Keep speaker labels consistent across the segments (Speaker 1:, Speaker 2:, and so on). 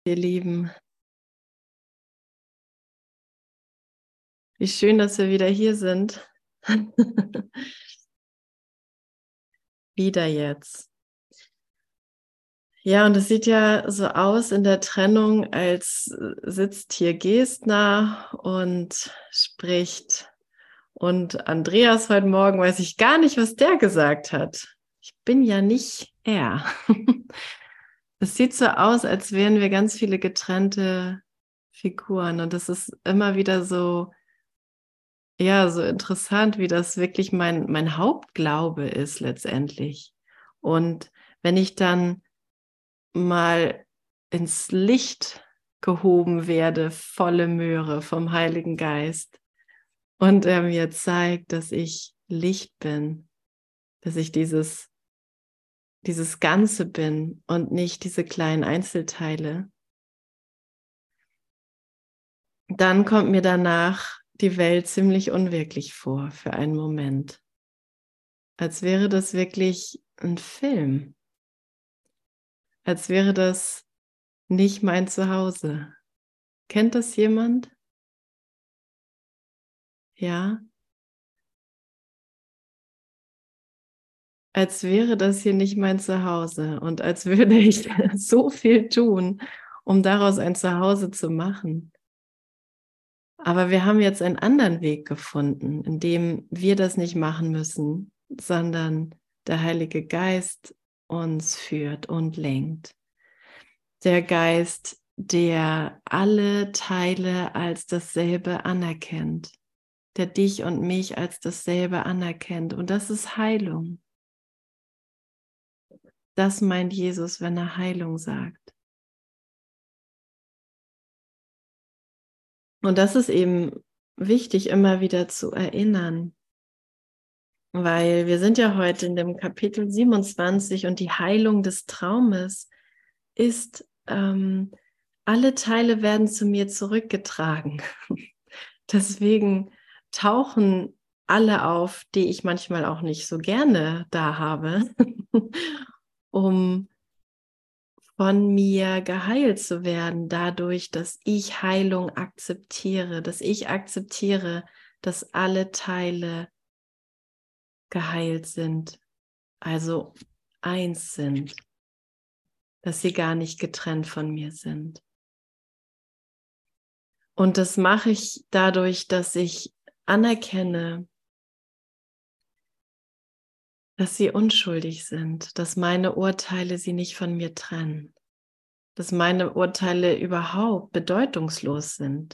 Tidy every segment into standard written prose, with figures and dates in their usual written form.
Speaker 1: Ihr Lieben, wie schön, dass wir wieder hier sind. Wieder jetzt. Ja, und es sieht ja so aus in der Trennung, als sitzt hier Gestner und spricht. Und Andreas heute Morgen weiß ich gar nicht, was der gesagt hat. Ich bin ja nicht er. Es sieht so aus, als wären wir ganz viele getrennte Figuren. Und das ist immer wieder so. Ja, so interessant, wie das wirklich mein Hauptglaube ist letztendlich. Und wenn ich dann mal ins Licht gehoben werde, volle Möhre vom Heiligen Geist und er mir zeigt, dass ich Licht bin, dass ich dieses Ganze bin und nicht diese kleinen Einzelteile, dann kommt mir danach die Welt ziemlich unwirklich vor für einen Moment. Als wäre das wirklich ein Film, als wäre das nicht mein Zuhause. Kennt das jemand? Ja? Als wäre das hier nicht mein Zuhause und als würde ich so viel tun, um daraus ein Zuhause zu machen. Aber wir haben jetzt einen anderen Weg gefunden, in dem wir das nicht machen müssen, sondern der Heilige Geist uns führt und lenkt. Der Geist, der alle Teile als dasselbe anerkennt, der dich und mich als dasselbe anerkennt. Und das ist Heilung. Das meint Jesus, wenn er Heilung sagt. Und das ist eben wichtig, immer wieder zu erinnern, weil wir sind ja heute in dem Kapitel 27 und die Heilung des Traumes ist, alle Teile werden zu mir zurückgetragen. Deswegen tauchen alle auf, die ich manchmal auch nicht so gerne da habe, um von mir geheilt zu werden, dadurch, dass ich Heilung akzeptiere, dass ich akzeptiere, dass alle Teile geheilt sind, also eins sind, dass sie gar nicht getrennt von mir sind. Und das mache ich dadurch, dass ich anerkenne, dass sie unschuldig sind, dass meine Urteile sie nicht von mir trennen, dass meine Urteile überhaupt bedeutungslos sind.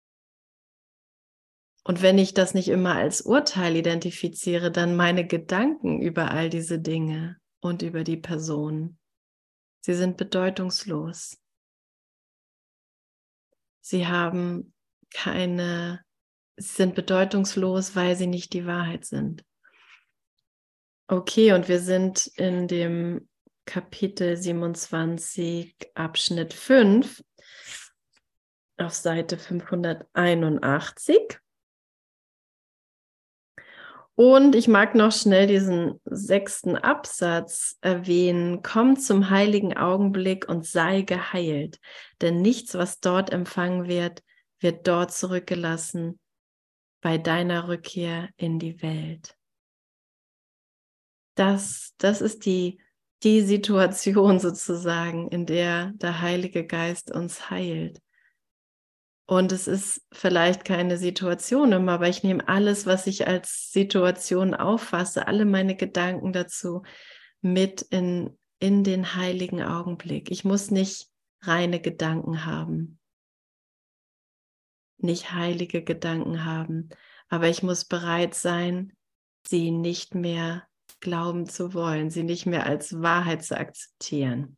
Speaker 1: Und wenn ich das nicht immer als Urteil identifiziere, dann meine Gedanken über all diese Dinge und über die Person, sie sind bedeutungslos. Sie haben sie sind bedeutungslos, weil sie nicht die Wahrheit sind. Okay, und wir sind in dem Kapitel 27, Abschnitt 5, auf Seite 581. Und ich mag noch schnell diesen 6. Absatz erwähnen. Komm zum heiligen Augenblick und sei geheilt, denn nichts, was dort empfangen wird, wird dort zurückgelassen bei deiner Rückkehr in die Welt. Das ist die Situation sozusagen, in der der Heilige Geist uns heilt. Und es ist vielleicht keine Situation immer, aber ich nehme alles, was ich als Situation auffasse, alle meine Gedanken dazu mit in den heiligen Augenblick. Ich muss nicht reine Gedanken haben, nicht heilige Gedanken haben, aber ich muss bereit sein, sie nicht mehr glauben zu wollen, sie nicht mehr als Wahrheit zu akzeptieren.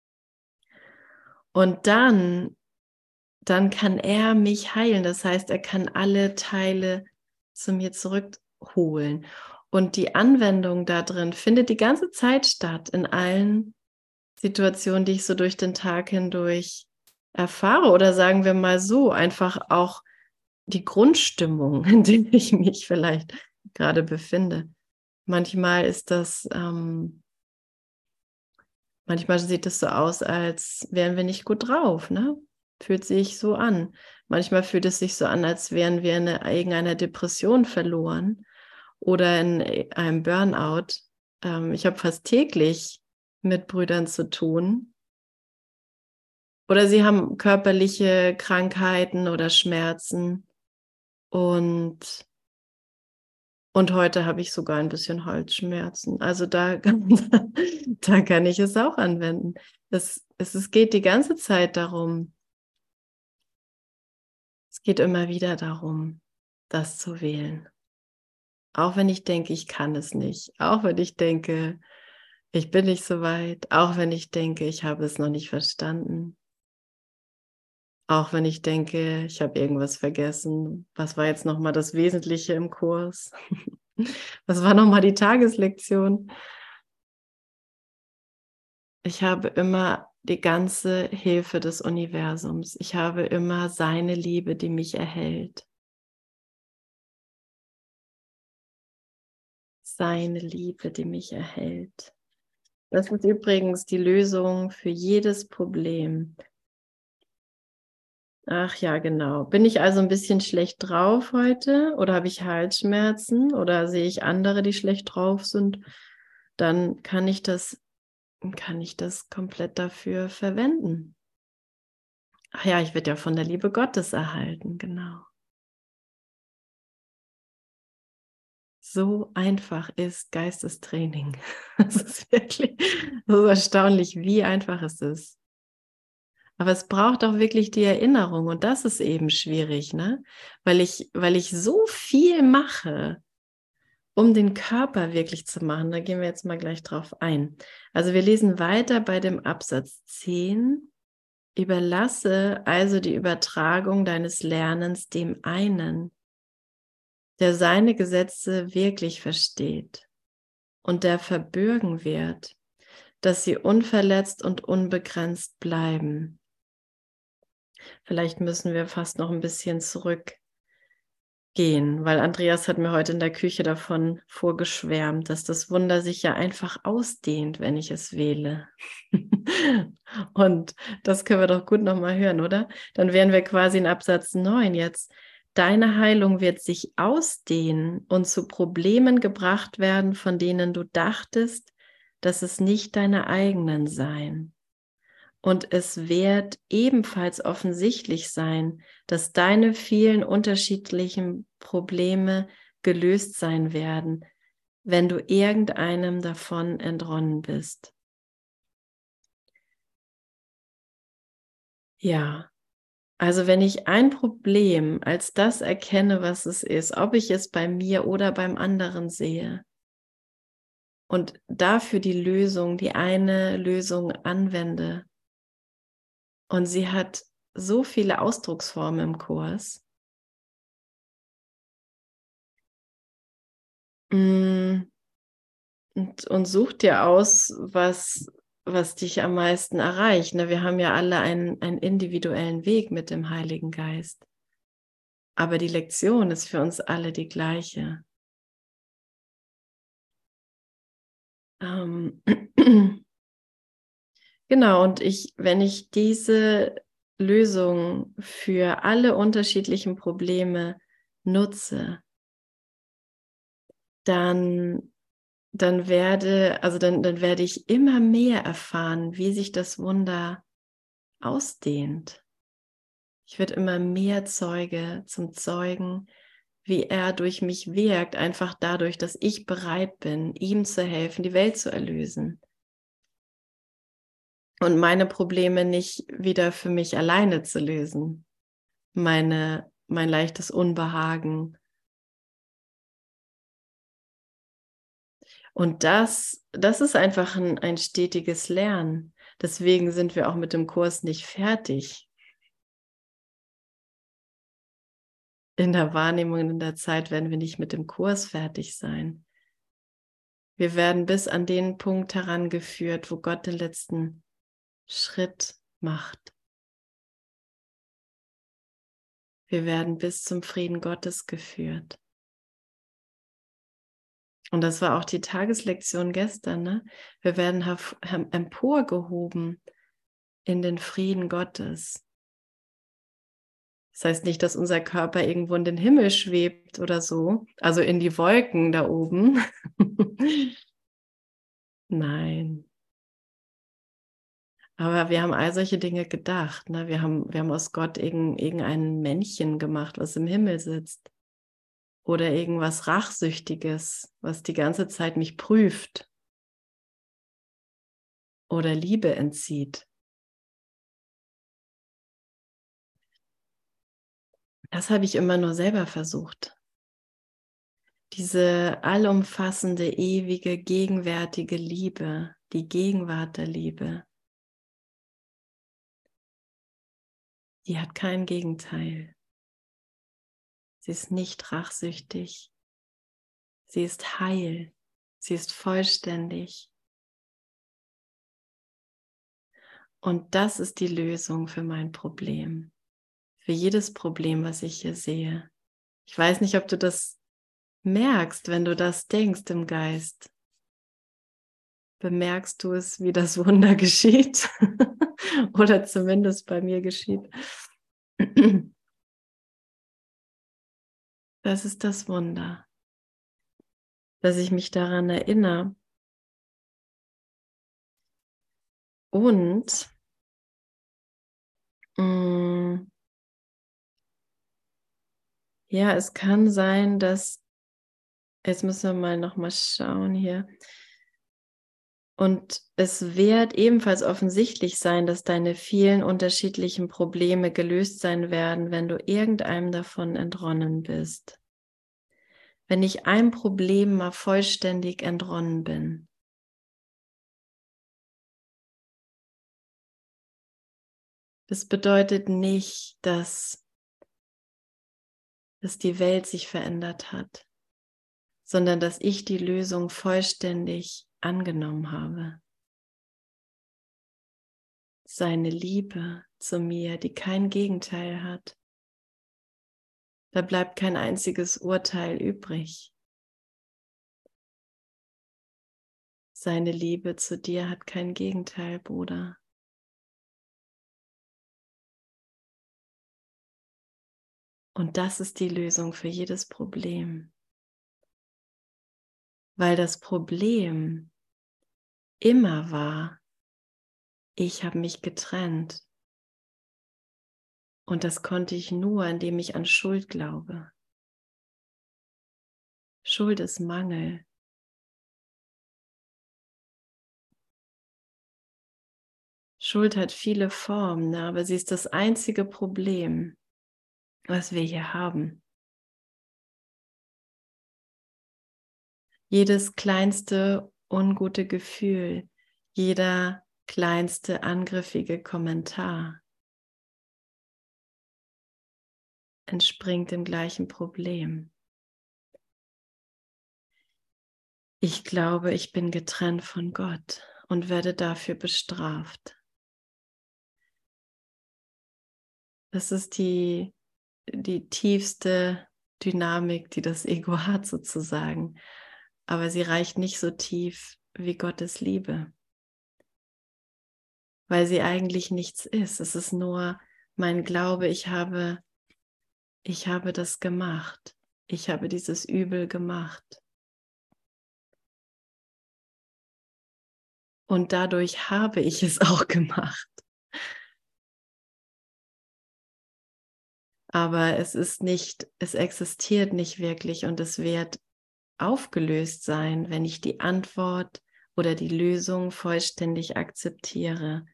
Speaker 1: Und dann kann er mich heilen. Das heißt, er kann alle Teile zu mir zurückholen. Und die Anwendung da drin findet die ganze Zeit statt, in allen Situationen, die ich so durch den Tag hindurch erfahre. Oder sagen wir mal so, einfach auch die Grundstimmung, in der ich mich vielleicht gerade befinde. Manchmal ist das Manchmal sieht es so aus, als wären wir nicht gut drauf, ne? Fühlt sich so an. Manchmal fühlt es sich so an, als wären wir in irgendeiner Depression verloren oder in einem Burnout. Ich habe fast täglich mit Brüdern zu tun. Oder sie haben körperliche Krankheiten oder Schmerzen. Und heute habe ich sogar ein bisschen Halsschmerzen. Also da, da kann ich es auch anwenden. Es geht die ganze Zeit darum, es geht immer wieder darum, das zu wählen. Auch wenn ich denke, ich kann es nicht. Auch wenn ich denke, ich bin nicht so weit. Auch wenn ich denke, ich habe es noch nicht verstanden. Auch wenn ich denke, ich habe irgendwas vergessen. Was war jetzt nochmal das Wesentliche im Kurs? Was war nochmal die Tageslektion? Ich habe immer die ganze Hilfe des Universums. Ich habe immer seine Liebe, die mich erhält. Seine Liebe, die mich erhält. Das ist übrigens die Lösung für jedes Problem. Ach ja, genau. Bin ich also ein bisschen schlecht drauf heute oder habe ich Halsschmerzen oder sehe ich andere, die schlecht drauf sind, dann kann ich das komplett dafür verwenden. Ach ja, ich werde ja von der Liebe Gottes erhalten, genau. So einfach ist Geistestraining. Es ist wirklich so erstaunlich, wie einfach es ist. Aber es braucht auch wirklich die Erinnerung und das ist eben schwierig, ne? Weil ich so viel mache, um den Körper wirklich zu machen. Da gehen wir jetzt mal gleich drauf ein. Also wir lesen weiter bei dem Absatz 10. Überlasse also die Übertragung deines Lernens dem einen, der seine Gesetze wirklich versteht und der verbürgen wird, dass sie unverletzt und unbegrenzt bleiben. Vielleicht müssen wir fast noch ein bisschen zurückgehen, weil Andreas hat mir heute in der Küche davon vorgeschwärmt, dass das Wunder sich ja einfach ausdehnt, wenn ich es wähle. Und das können wir doch gut nochmal hören, oder? Dann wären wir quasi in Absatz 9 jetzt. Deine Heilung wird sich ausdehnen und zu Problemen gebracht werden, von denen du dachtest, dass es nicht deine eigenen seien. Und es wird ebenfalls offensichtlich sein, dass deine vielen unterschiedlichen Probleme gelöst sein werden, wenn du irgendeinem davon entronnen bist. Ja, also wenn ich ein Problem als das erkenne, was es ist, ob ich es bei mir oder beim anderen sehe und dafür die eine Lösung anwende, und sie hat so viele Ausdrucksformen im Kurs, und such dir aus, was dich am meisten erreicht. Ne? Wir haben ja alle einen individuellen Weg mit dem Heiligen Geist. Aber die Lektion ist für uns alle die gleiche. Genau, und wenn ich diese Lösung für alle unterschiedlichen Probleme nutze, dann werde ich immer mehr erfahren, wie sich das Wunder ausdehnt. Ich werde immer mehr zum Zeugen, wie er durch mich wirkt, einfach dadurch, dass ich bereit bin, ihm zu helfen, die Welt zu erlösen. Und meine Probleme nicht wieder für mich alleine zu lösen. Mein leichtes Unbehagen. Und das ist einfach ein stetiges Lernen. Deswegen sind wir auch mit dem Kurs nicht fertig. In der Wahrnehmung, in der Zeit werden wir nicht mit dem Kurs fertig sein. Wir werden bis an den Punkt herangeführt, wo Gott den letzten Schritt macht. Wir werden bis zum Frieden Gottes geführt. Und das war auch die Tageslektion gestern, ne? Wir werden emporgehoben in den Frieden Gottes. Das heißt nicht, dass unser Körper irgendwo in den Himmel schwebt oder so, also in die Wolken da oben. Nein. Aber wir haben all solche Dinge gedacht. Ne? Wir haben aus Gott irgendein Männchen gemacht, was im Himmel sitzt. Oder irgendwas Rachsüchtiges, was die ganze Zeit mich prüft. Oder Liebe entzieht. Das habe ich immer nur selber versucht. Diese allumfassende, ewige, gegenwärtige Liebe, die Gegenwart der Liebe, die hat kein Gegenteil. Sie ist nicht rachsüchtig. Sie ist heil. Sie ist vollständig. Und das ist die Lösung für mein Problem. Für jedes Problem, was ich hier sehe. Ich weiß nicht, ob du das merkst, wenn du das denkst im Geist. Bemerkst du es, wie das Wunder geschieht? Oder zumindest bei mir geschieht. Das ist das Wunder, dass ich mich daran erinnere. Und ja, es kann sein, dass, jetzt müssen wir mal nochmal schauen hier, und es wird ebenfalls offensichtlich sein, dass deine vielen unterschiedlichen Probleme gelöst sein werden, wenn du irgendeinem davon entronnen bist. Wenn ich einem Problem mal vollständig entronnen bin. Das bedeutet nicht, dass die Welt sich verändert hat, sondern dass ich die Lösung vollständig angenommen habe. Seine Liebe zu mir, die kein Gegenteil hat. Da bleibt kein einziges Urteil übrig. Seine Liebe zu dir hat kein Gegenteil, Bruder. Und das ist die Lösung für jedes Problem. Weil das Problem immer war, ich habe mich getrennt. Und das konnte ich nur, indem ich an Schuld glaube. Schuld ist Mangel. Schuld hat viele Formen, ne? Aber sie ist das einzige Problem, was wir hier haben. Jedes kleinste ungute Gefühl, jeder kleinste angriffige Kommentar entspringt dem gleichen Problem. Ich glaube, ich bin getrennt von Gott und werde dafür bestraft. Das ist die tiefste Dynamik, die das Ego hat sozusagen. Aber sie reicht nicht so tief wie Gottes Liebe. Weil sie eigentlich nichts ist. Es ist nur mein Glaube, ich habe das gemacht. Ich habe dieses Übel gemacht. Und dadurch habe ich es auch gemacht. Aber es existiert nicht wirklich und es wird aufgelöst sein, wenn ich die Antwort oder die Lösung vollständig akzeptiere.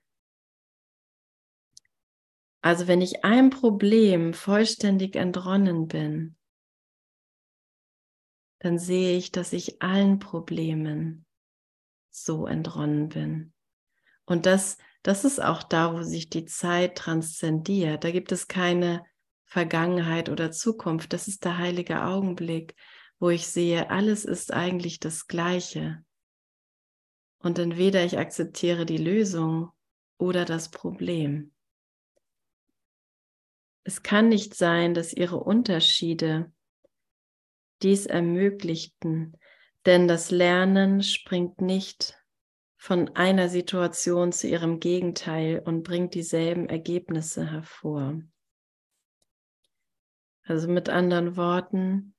Speaker 1: Also wenn ich einem Problem vollständig entronnen bin, dann sehe ich, dass ich allen Problemen so entronnen bin. Und das ist auch da, wo sich die Zeit transzendiert. Da gibt es keine Vergangenheit oder Zukunft. Das ist der heilige Augenblick, wo ich sehe, alles ist eigentlich das Gleiche. Und entweder ich akzeptiere die Lösung oder das Problem. Es kann nicht sein, dass ihre Unterschiede dies ermöglichten, Denn das Lernen springt nicht von einer Situation zu ihrem Gegenteil und bringt dieselben Ergebnisse hervor. Also mit anderen Worten,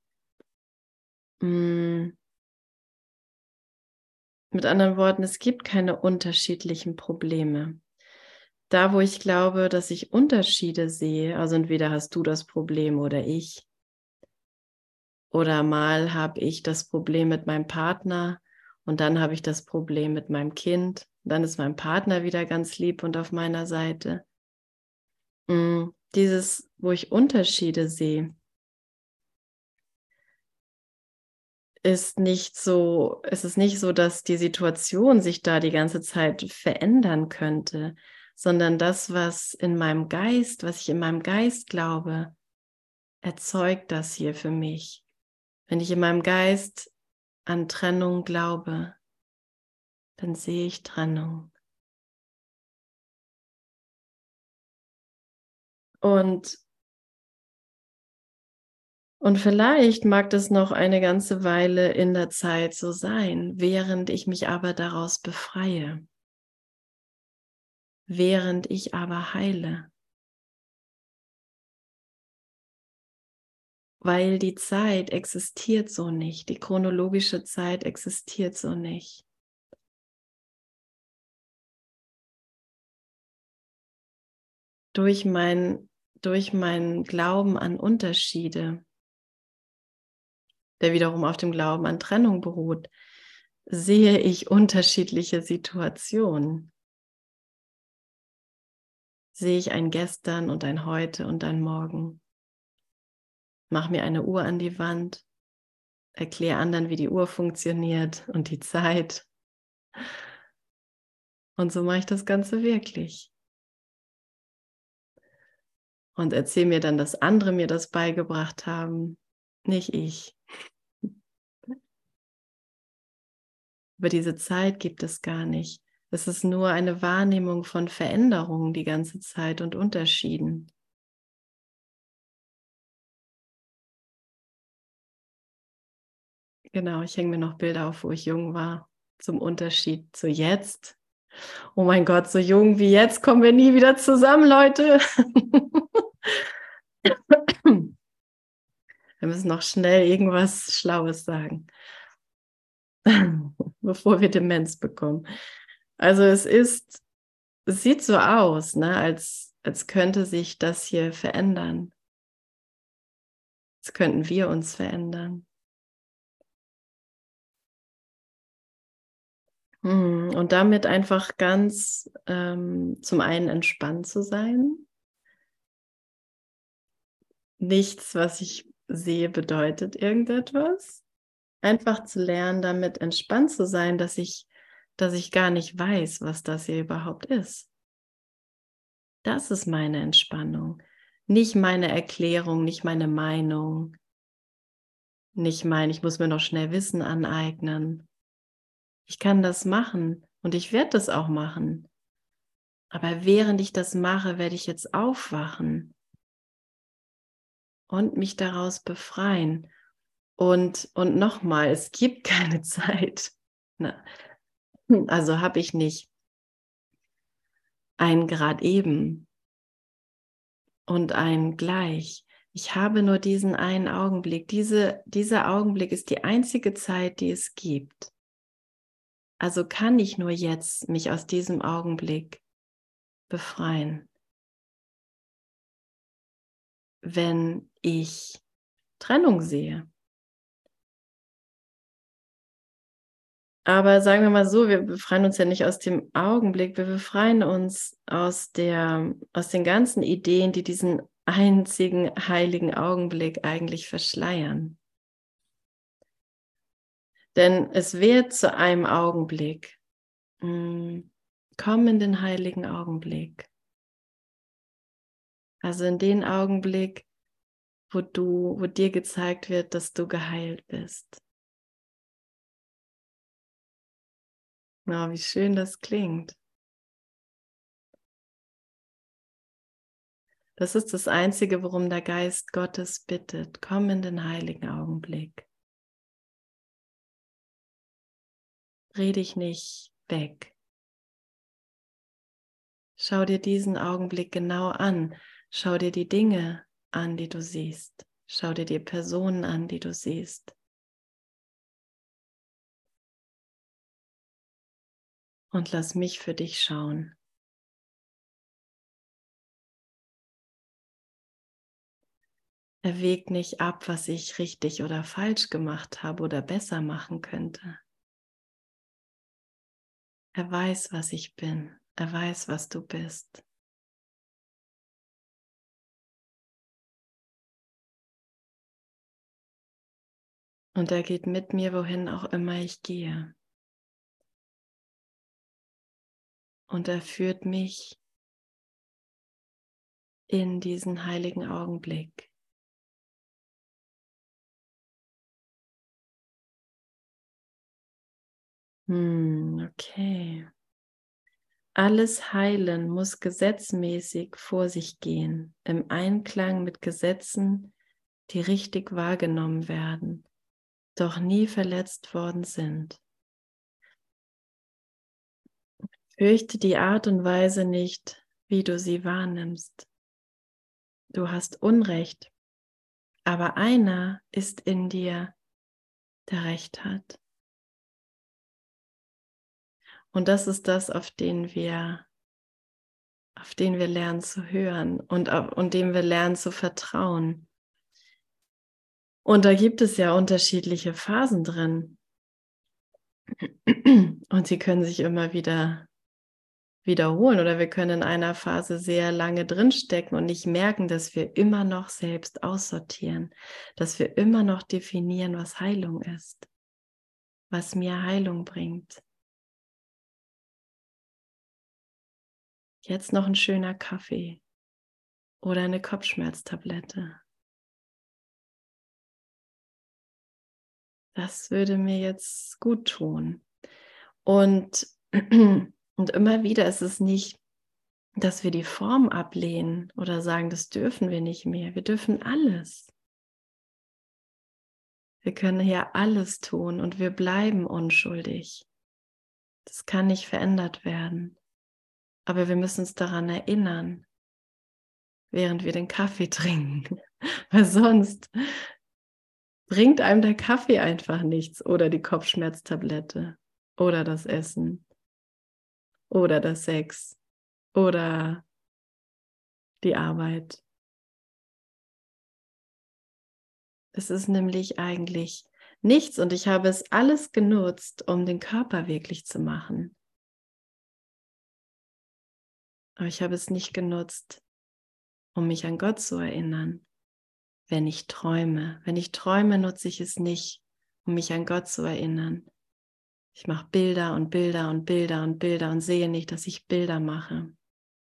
Speaker 1: es gibt keine unterschiedlichen Probleme. Da, wo ich glaube, dass ich Unterschiede sehe, also entweder hast du das Problem oder ich, oder mal habe ich das Problem mit meinem Partner und dann habe ich das Problem mit meinem Kind. Dann ist mein Partner wieder ganz lieb und auf meiner Seite. Dieses, wo ich Unterschiede sehe, ist nicht so, es ist nicht so, dass die Situation sich da die ganze Zeit verändern könnte, sondern das, was in meinem Geist, was ich in meinem Geist glaube, erzeugt das hier für mich. Wenn ich in meinem Geist an Trennung glaube, dann sehe ich Trennung. Und vielleicht mag das noch eine ganze Weile in der Zeit so sein, während ich mich aber daraus befreie, während ich aber heile, weil die Zeit existiert so nicht, die chronologische Zeit existiert so nicht. Durch meinen Glauben an Unterschiede, der wiederum auf dem Glauben an Trennung beruht, sehe ich unterschiedliche Situationen. Sehe ich ein Gestern und ein Heute und ein Morgen. Mach mir eine Uhr an die Wand, erkläre anderen, wie die Uhr funktioniert und die Zeit. Und so mache ich das Ganze wirklich. Und erzähle mir dann, dass andere mir das beigebracht haben, nicht ich. Aber diese Zeit gibt es gar nicht. Es ist nur eine Wahrnehmung von Veränderungen die ganze Zeit und Unterschieden. Genau, ich hänge mir noch Bilder auf, wo ich jung war, zum Unterschied zu jetzt. Oh mein Gott, so jung wie jetzt kommen wir nie wieder zusammen, Leute. Wir müssen noch schnell irgendwas Schlaues sagen, bevor wir Demenz bekommen. Also es sieht so aus, ne, als könnte sich das hier verändern. Als könnten wir uns verändern. Und damit einfach ganz zum einen entspannt zu sein. Nichts, was ich sehe, bedeutet irgendetwas. Einfach zu lernen, damit entspannt zu sein, dass ich gar nicht weiß, was das hier überhaupt ist. Das ist meine Entspannung. Nicht meine Erklärung, nicht meine Meinung, nicht ich muss mir noch schnell Wissen aneignen. Ich kann das machen und ich werde das auch machen. Aber während ich das mache, werde ich jetzt aufwachen und mich daraus befreien. Und nochmal, es gibt keine Zeit. Also habe ich nicht ein Grad eben und ein gleich. Ich habe nur diesen einen Augenblick. Dieser Augenblick ist die einzige Zeit, die es gibt. Also kann ich nur jetzt mich aus diesem Augenblick befreien, wenn ich Trennung sehe. Aber sagen wir mal so, wir befreien uns ja nicht aus dem Augenblick, wir befreien uns aus den ganzen Ideen, die diesen einzigen heiligen Augenblick eigentlich verschleiern. Denn es wird zu einem Augenblick, komm in den heiligen Augenblick. Also in den Augenblick, wo dir gezeigt wird, dass du geheilt bist. Oh, wie schön das klingt. Das ist das Einzige, worum der Geist Gottes bittet. Komm in den heiligen Augenblick. Dreh dich nicht weg. Schau dir diesen Augenblick genau an. Schau dir die Dinge an, die du siehst. Schau dir die Personen an, die du siehst. Und lass mich für dich schauen. Erwäg nicht ab, was ich richtig oder falsch gemacht habe oder besser machen könnte. Er weiß, was ich bin. Er weiß, was du bist. Und er geht mit mir, wohin auch immer ich gehe. Und er führt mich in diesen heiligen Augenblick. Okay. Alles Heilen muss gesetzmäßig vor sich gehen, im Einklang mit Gesetzen, die richtig wahrgenommen werden, doch nie verletzt worden sind. Fürchte die Art und Weise nicht, wie du sie wahrnimmst. Du hast Unrecht, aber einer ist in dir, der Recht hat. Und das ist das, auf den wir lernen zu hören und dem wir lernen zu vertrauen. Und da gibt es ja unterschiedliche Phasen drin. Und sie können sich immer wieder wiederholen oder wir können in einer Phase sehr lange drinstecken und nicht merken, dass wir immer noch selbst aussortieren, dass wir immer noch definieren, was Heilung ist, was mir Heilung bringt. Jetzt noch ein schöner Kaffee oder eine Kopfschmerztablette. Das würde mir jetzt gut tun. Und immer wieder ist es nicht, dass wir die Form ablehnen oder sagen, das dürfen wir nicht mehr. Wir dürfen alles. Wir können hier alles tun und wir bleiben unschuldig. Das kann nicht verändert werden. Aber wir müssen uns daran erinnern, während wir den Kaffee trinken. Weil sonst bringt einem der Kaffee einfach nichts oder die Kopfschmerztablette oder das Essen oder das Sex oder die Arbeit. Es ist nämlich eigentlich nichts und ich habe es alles genutzt, um den Körper wirklich zu machen. Aber ich habe es nicht genutzt, um mich an Gott zu erinnern, wenn ich träume. Wenn ich träume, nutze ich es nicht, um mich an Gott zu erinnern. Ich mache Bilder und Bilder und Bilder und Bilder und sehe nicht, dass ich Bilder mache.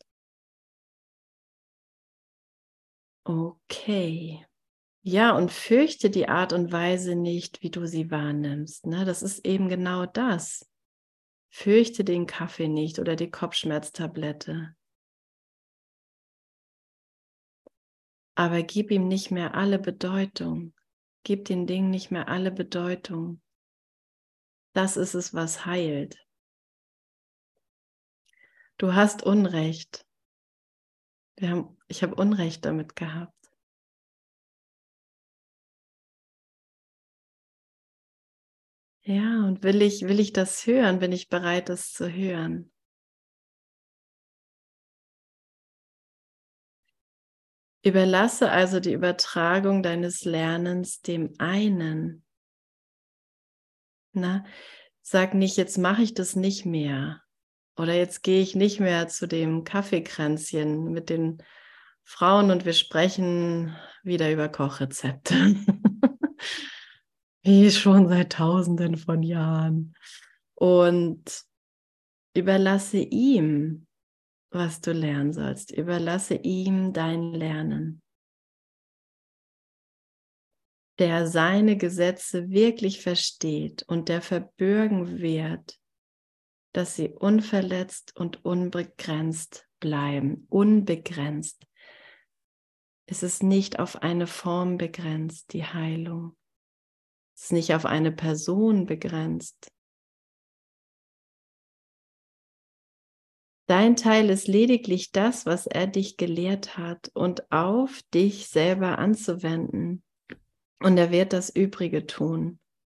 Speaker 1: Okay. Ja, und fürchte die Art und Weise nicht, wie du sie wahrnimmst. Ne? Das ist eben genau das. Fürchte den Kaffee nicht oder die Kopfschmerztablette. Aber gib ihm nicht mehr alle Bedeutung. Gib den Dingen nicht mehr alle Bedeutung. Das ist es, was heilt. Du hast Unrecht. Ich habe Unrecht damit gehabt. Ja, und will ich das hören? Bin ich bereit, das zu hören? Überlasse also die Übertragung deines Lernens dem einen. Na, sag nicht, jetzt mache ich das nicht mehr. Oder jetzt gehe ich nicht mehr zu dem Kaffeekränzchen mit den Frauen und wir sprechen wieder über Kochrezepte. Wie schon seit Tausenden von Jahren. Und überlasse ihm, was du lernen sollst. Überlasse ihm dein Lernen, der seine Gesetze wirklich versteht und der verbürgen wird, dass sie unverletzt und unbegrenzt bleiben. Unbegrenzt. Es ist nicht auf eine Form begrenzt, die Heilung. Es ist nicht auf eine Person begrenzt. Dein Teil ist lediglich das, was er dich gelehrt hat und auf dich selber anzuwenden. Und er wird das Übrige tun.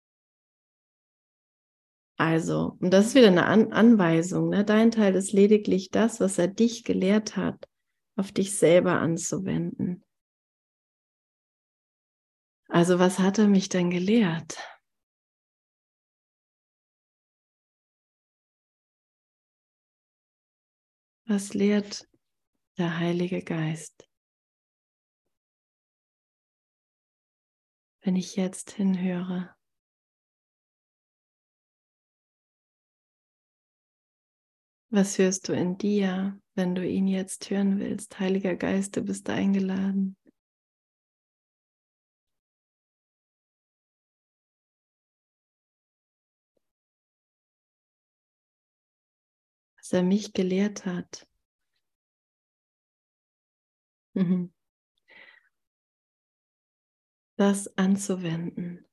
Speaker 1: Also, und das ist wieder eine Anweisung, ne? Dein Teil ist lediglich das, was er dich gelehrt hat, auf dich selber anzuwenden. Also, was hat er mich denn gelehrt? Was lehrt der Heilige Geist? Wenn ich jetzt hinhöre, was hörst du in dir, wenn du ihn jetzt hören willst? Heiliger Geist, du bist eingeladen. Was er mich gelehrt hat. Das anzuwenden.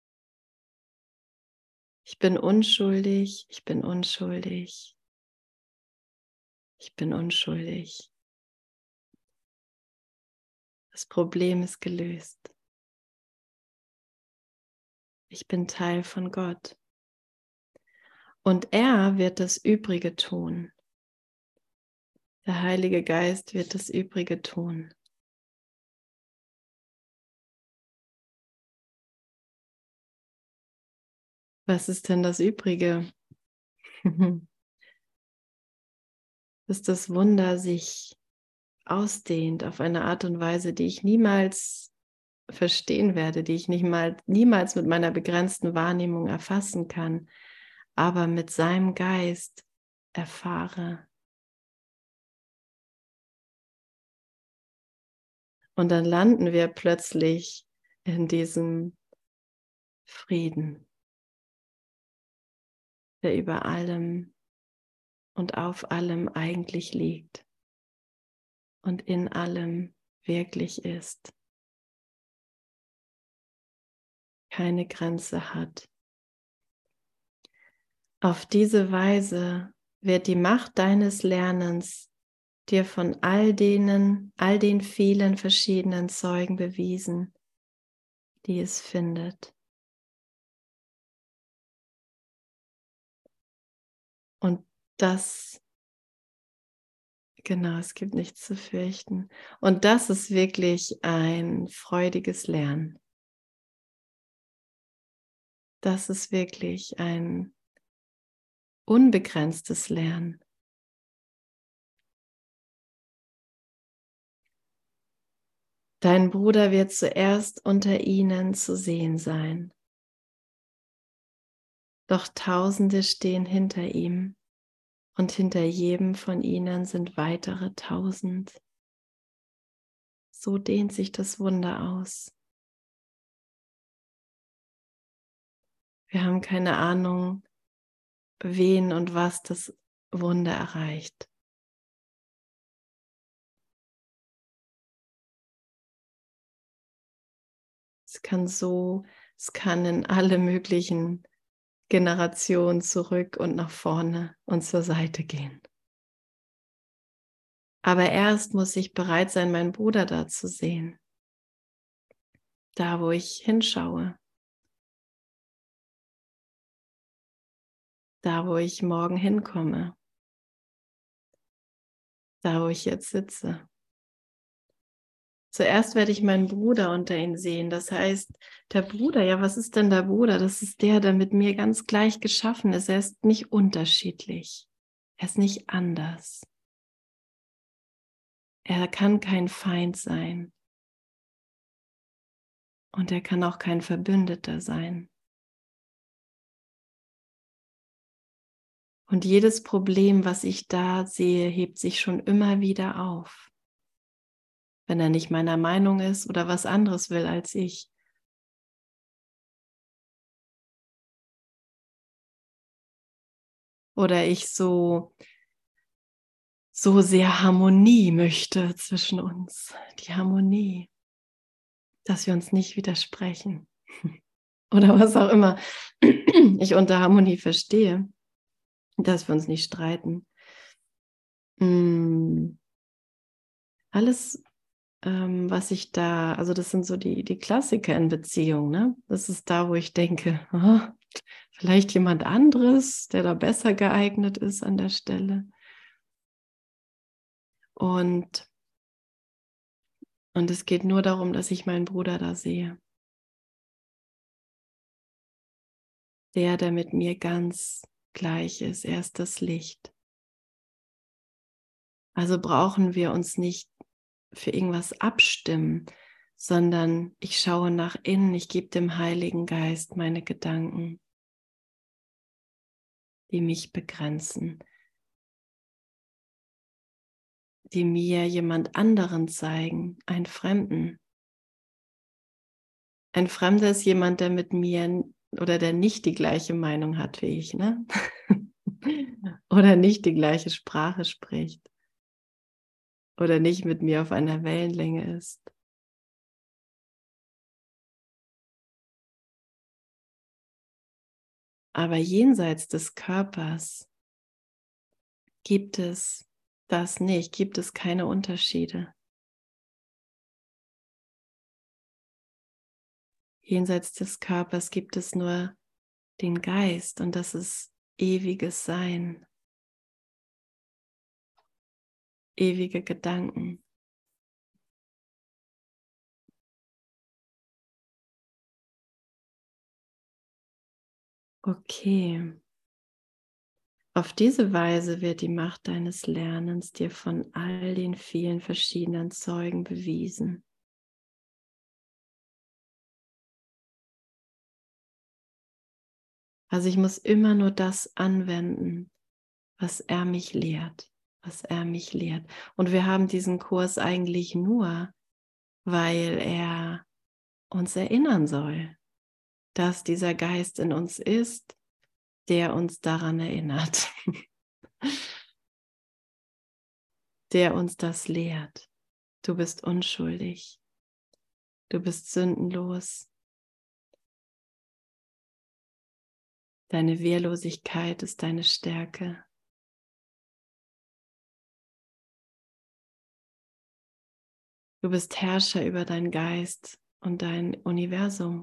Speaker 1: Ich bin unschuldig, ich bin unschuldig, ich bin unschuldig. Das Problem ist gelöst. Ich bin Teil von Gott. Und er wird das Übrige tun. Der Heilige Geist wird das Übrige tun. Was ist denn das Übrige? Dass das Wunder sich ausdehnt auf eine Art und Weise, die ich niemals verstehen werde, die ich niemals mit meiner begrenzten Wahrnehmung erfassen kann, aber mit seinem Geist erfahre. Und dann landen wir plötzlich in diesem Frieden, der über allem und auf allem eigentlich liegt und in allem wirklich ist, keine Grenze hat. Auf diese Weise wird die Macht deines Lernens dir von all den vielen verschiedenen Zeugen bewiesen, die es findet. Und das, genau, es gibt nichts zu fürchten. Und das ist wirklich ein freudiges Lernen. Das ist wirklich ein unbegrenztes Lernen. Dein Bruder wird zuerst unter ihnen zu sehen sein. Doch Tausende stehen hinter ihm und hinter jedem von ihnen sind weitere 1000. So dehnt sich das Wunder aus. Wir haben keine Ahnung, wen und was das Wunder erreicht. Es kann in alle möglichen Generationen zurück und nach vorne und zur Seite gehen. Aber erst muss ich bereit sein, meinen Bruder da zu sehen. Da, wo ich hinschaue. Da, wo ich morgen hinkomme. Da, wo ich jetzt sitze. Zuerst werde ich meinen Bruder unter ihn sehen. Das heißt, der Bruder, ja, was ist denn der Bruder? Das ist der mit mir ganz gleich geschaffen ist. Er ist nicht unterschiedlich. Er ist nicht anders. Er kann kein Feind sein. Und er kann auch kein Verbündeter sein. Und jedes Problem, was ich da sehe, hebt sich schon immer wieder auf. Wenn er nicht meiner Meinung ist oder was anderes will als ich. Oder ich so sehr Harmonie möchte zwischen uns. Die Harmonie, dass wir uns nicht widersprechen. Oder was auch immer ich unter Harmonie verstehe. Dass wir uns nicht streiten. Alles, was ich da, also das sind so die Klassiker in Beziehungen, ne? Das ist da, wo ich denke, vielleicht jemand anderes, der da besser geeignet ist an der Stelle. Und es geht nur darum, dass ich meinen Bruder da sehe. Der mit mir ganz gleich ist. Er ist das Licht. Also brauchen wir uns nicht für irgendwas abstimmen, sondern ich schaue nach innen, ich gebe dem Heiligen Geist meine Gedanken, die mich begrenzen, die mir jemand anderen zeigen, einen Fremden. Ein Fremder ist jemand, der mit mir oder der nicht die gleiche Meinung hat wie ich, ne? Oder nicht die gleiche Sprache spricht oder nicht mit mir auf einer Wellenlänge ist. Aber jenseits des Körpers gibt es das nicht, gibt es keine Unterschiede. Jenseits des Körpers gibt es nur den Geist und das ist ewiges Sein, ewige Gedanken. Okay. Auf diese Weise wird die Macht deines Lernens dir von all den vielen verschiedenen Zeugen bewiesen. Also ich muss immer nur das anwenden, was er mich lehrt, was er mich lehrt. Und wir haben diesen Kurs eigentlich nur, weil er uns erinnern soll, dass dieser Geist in uns ist, der uns daran erinnert, der uns das lehrt. Du bist unschuldig, du bist sündenlos, deine Wehrlosigkeit ist deine Stärke. Du bist Herrscher über deinen Geist und dein Universum.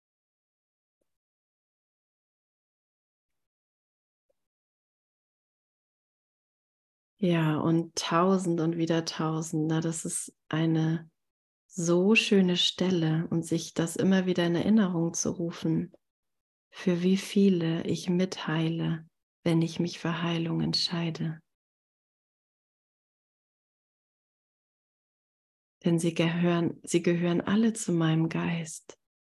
Speaker 1: Ja, und tausend und wieder tausend, na, das ist eine so schöne Stelle und sich das immer wieder in Erinnerung zu rufen, für wie viele ich mitheile, wenn ich mich für Heilung entscheide. Denn sie gehören alle zu meinem Geist.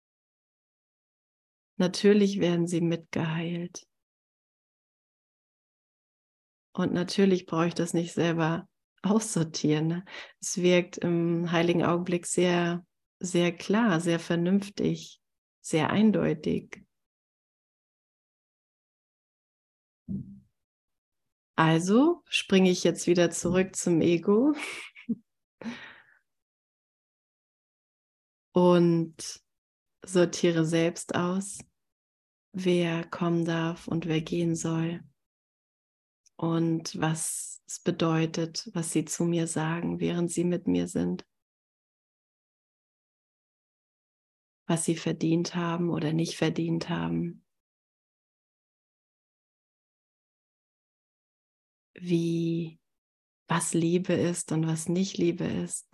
Speaker 1: Natürlich werden sie mitgeheilt. Und natürlich brauche ich das nicht selber aussortieren. Ne? Es wirkt im heiligen Augenblick sehr, sehr klar, sehr vernünftig, sehr eindeutig. Also springe ich jetzt wieder zurück zum Ego und sortiere selbst aus, wer kommen darf und wer gehen soll und was es bedeutet, was sie zu mir sagen, während sie mit mir sind, was sie verdient haben oder nicht verdient haben, was Liebe ist und was nicht Liebe ist,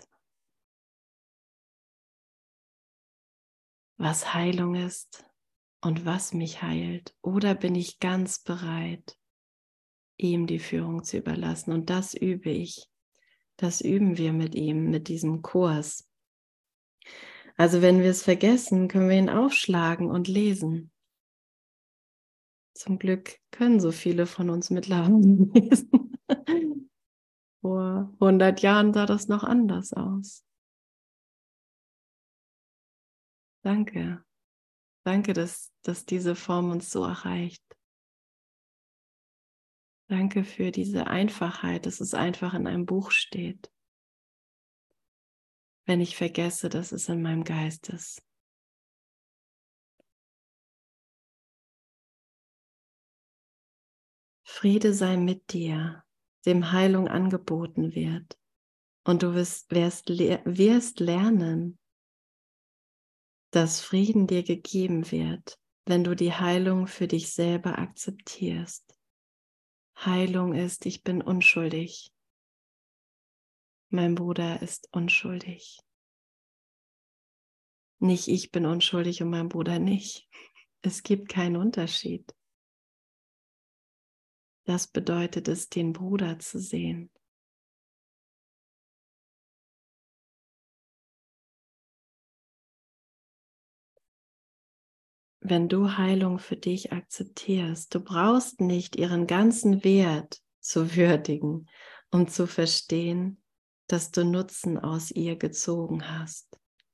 Speaker 1: was Heilung ist und was mich heilt. Oder bin ich ganz bereit, ihm die Führung zu überlassen? Und das übe ich. Das üben wir mit ihm, mit diesem Kurs. Also wenn wir es vergessen, können wir ihn aufschlagen und lesen. Zum Glück können so viele von uns mittlerweile lesen. Vor 100 Jahren sah das noch anders aus. Danke. Danke, dass diese Form uns so erreicht. Danke für diese Einfachheit, dass es einfach in einem Buch steht. Wenn ich vergesse, dass es in meinem Geist ist. Friede sei mit dir. dem Heilung angeboten wird. Und du wirst lernen, dass Frieden dir gegeben wird, wenn du die Heilung für dich selber akzeptierst. Heilung ist, ich bin unschuldig. Mein Bruder ist unschuldig. Nicht ich bin unschuldig und mein Bruder nicht. Es gibt keinen Unterschied. Das bedeutet es, den Bruder zu sehen. Wenn du Heilung für dich akzeptierst, du brauchst nicht ihren ganzen Wert zu würdigen, um zu verstehen, dass du Nutzen aus ihr gezogen hast.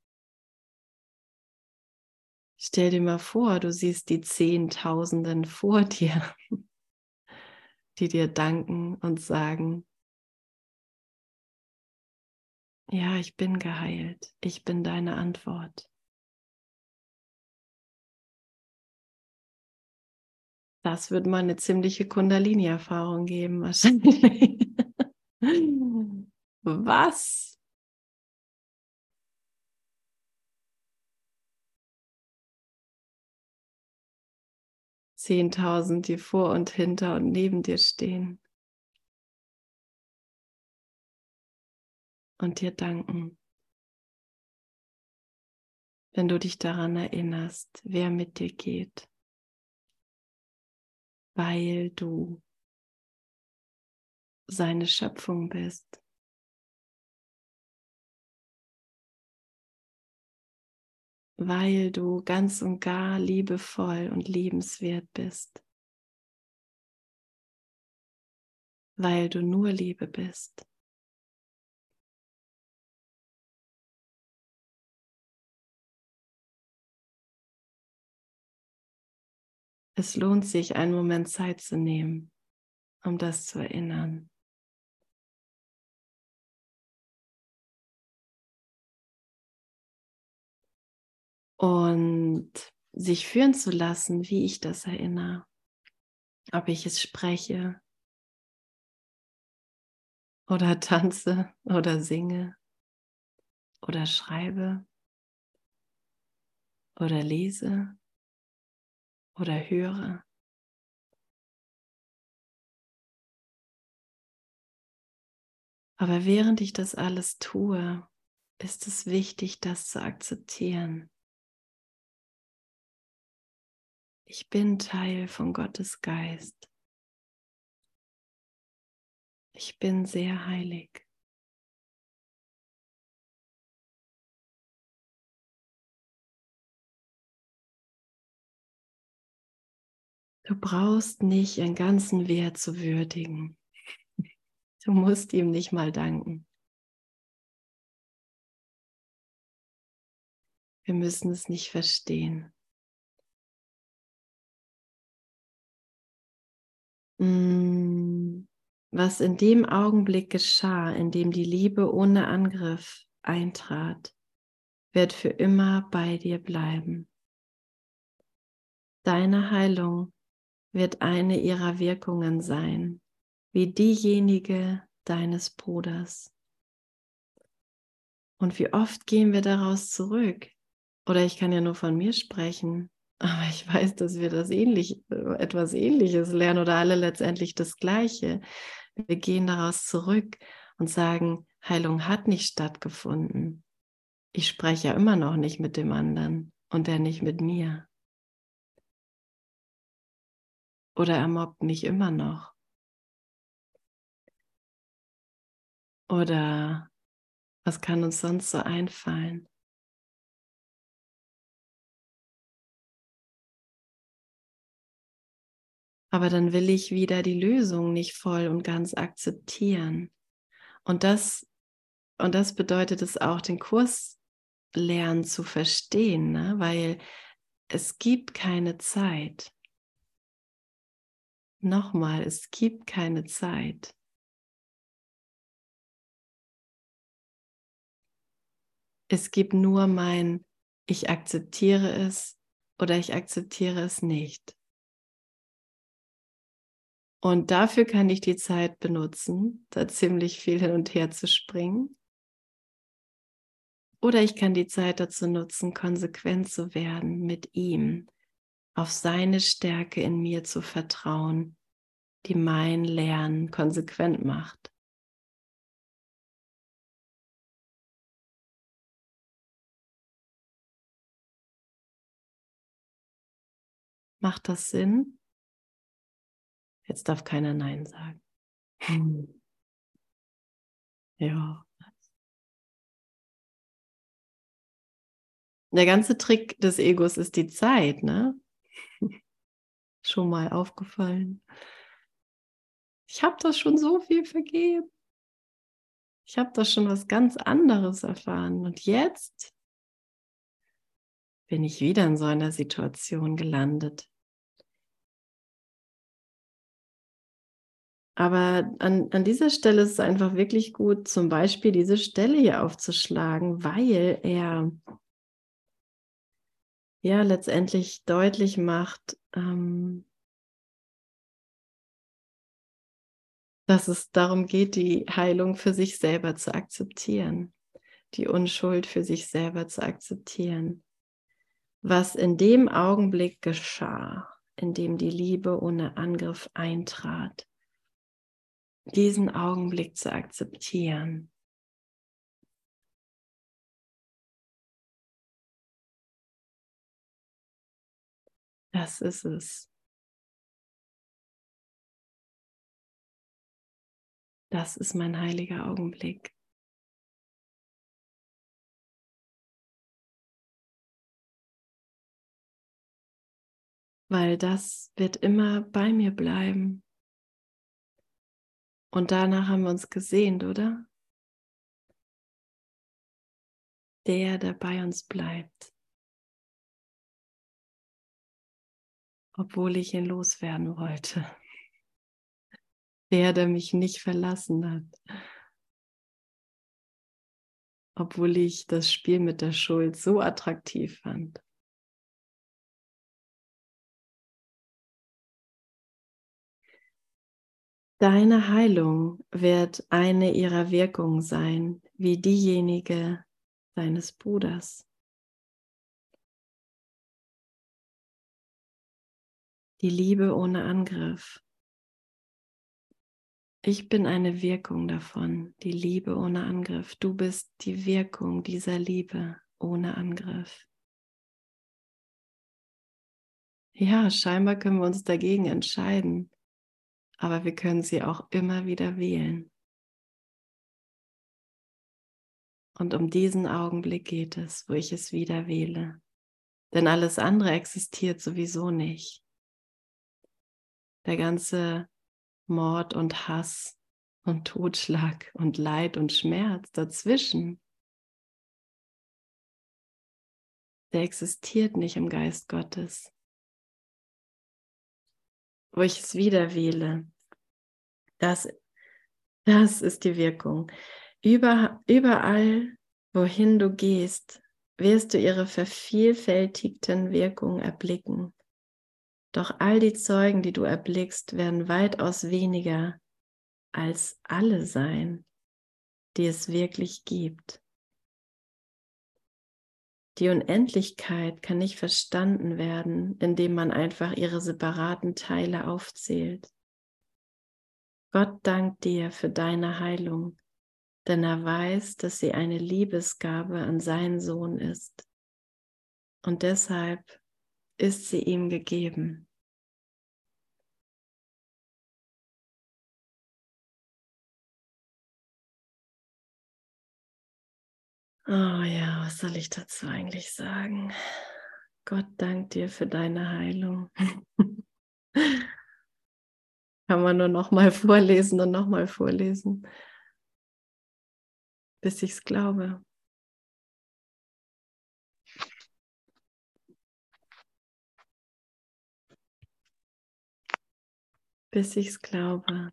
Speaker 1: Stell dir mal vor, du siehst die Zehntausenden vor dir, die dir danken und sagen, ja, ich bin geheilt, ich bin deine Antwort. Das wird mal eine ziemliche Kundalini-Erfahrung geben, wahrscheinlich. Was? 10.000, die vor und hinter und neben dir stehen und dir danken, wenn du dich daran erinnerst, wer mit dir geht, weil du seine Schöpfung bist. Weil du ganz und gar liebevoll und liebenswert bist. Weil du nur Liebe bist. Es lohnt sich, einen Moment Zeit zu nehmen, um das zu erinnern. Und sich führen zu lassen, wie ich das erinnere. Ob ich es spreche oder tanze oder singe oder schreibe oder lese oder höre. Aber während ich das alles tue, ist es wichtig, das zu akzeptieren. Ich bin Teil von Gottes Geist. Ich bin sehr heilig. Du brauchst nicht ihren ganzen Wert zu würdigen. Du musst ihm nicht mal danken. Wir müssen es nicht verstehen. Was in dem Augenblick geschah, in dem die Liebe ohne Angriff eintrat, wird für immer bei dir bleiben. Deine Heilung wird eine ihrer Wirkungen sein, wie diejenige deines Bruders. Und wie oft gehen wir daraus zurück? Oder ich kann ja nur von mir sprechen, aber ich weiß, dass wir etwas Ähnliches lernen oder alle letztendlich das Gleiche. Wir gehen daraus zurück und sagen, Heilung hat nicht stattgefunden. Ich spreche ja immer noch nicht mit dem anderen und er nicht mit mir. Oder er mobbt mich immer noch. Oder was kann uns sonst so einfallen? Aber dann will ich wieder die Lösung nicht voll und ganz akzeptieren. Und das bedeutet es auch, den Kurs lernen zu verstehen, ne? Weil es gibt keine Zeit. Nochmal, es gibt keine Zeit. Es gibt nur ich akzeptiere es oder ich akzeptiere es nicht. Und dafür kann ich die Zeit benutzen, da ziemlich viel hin und her zu springen. Oder ich kann die Zeit dazu nutzen, konsequent zu werden mit ihm, auf seine Stärke in mir zu vertrauen, die mein Lernen konsequent macht. Macht das Sinn? Jetzt darf keiner Nein sagen. Ja. Der ganze Trick des Egos ist die Zeit, ne? Schon mal aufgefallen. Ich habe das schon so viel vergeben. Ich habe das schon was ganz anderes erfahren. Und jetzt bin ich wieder in so einer Situation gelandet. Aber an dieser Stelle ist es einfach wirklich gut, zum Beispiel diese Stelle hier aufzuschlagen, weil er ja letztendlich deutlich macht, dass es darum geht, die Heilung für sich selber zu akzeptieren, die Unschuld für sich selber zu akzeptieren. Was in dem Augenblick geschah, in dem die Liebe ohne Angriff eintrat, diesen Augenblick zu akzeptieren. Das ist es. Das ist mein heiliger Augenblick. Weil das wird immer bei mir bleiben. Und danach haben wir uns gesehnt, oder? Der bei uns bleibt. Obwohl ich ihn loswerden wollte. Der mich nicht verlassen hat. Obwohl ich das Spiel mit der Schuld so attraktiv fand. Deine Heilung wird eine ihrer Wirkungen sein, wie diejenige deines Bruders. Die Liebe ohne Angriff. Ich bin eine Wirkung davon, die Liebe ohne Angriff. Du bist die Wirkung dieser Liebe ohne Angriff. Ja, scheinbar können wir uns dagegen entscheiden, aber wir können sie auch immer wieder wählen. Und um diesen Augenblick geht es, wo ich es wieder wähle. Denn alles andere existiert sowieso nicht. Der ganze Mord und Hass und Totschlag und Leid und Schmerz dazwischen, der existiert nicht im Geist Gottes. Wo ich es wieder wähle, das ist die Wirkung. Überall, wohin du gehst, wirst du ihre vervielfältigten Wirkungen erblicken. Doch all die Zeugen, die du erblickst, werden weitaus weniger als alle sein, die es wirklich gibt. Die Unendlichkeit kann nicht verstanden werden, indem man einfach ihre separaten Teile aufzählt. Gott dankt dir für deine Heilung, denn er weiß, dass sie eine Liebesgabe an seinen Sohn ist. Und deshalb ist sie ihm gegeben. Oh ja, was soll ich dazu eigentlich sagen? Gott dankt dir für deine Heilung. Kann man nur nochmal vorlesen und nochmal vorlesen, bis ich es glaube. Bis ich es glaube.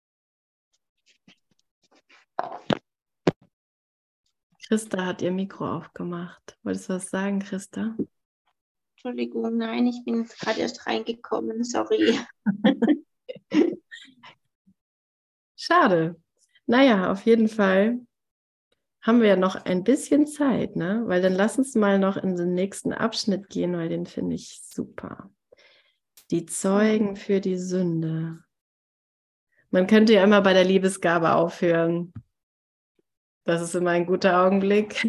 Speaker 1: Christa hat ihr Mikro aufgemacht. Wolltest du was sagen, Christa?
Speaker 2: Entschuldigung, nein, ich bin gerade erst reingekommen, sorry.
Speaker 1: Schade. Naja, auf jeden Fall haben wir ja noch ein bisschen Zeit, ne? Weil dann lass uns mal noch in den nächsten Abschnitt gehen, weil den finde ich super. Die Zeugen für die Sünde. Man könnte ja immer bei der Liebesgabe aufhören. Das ist immer ein guter Augenblick.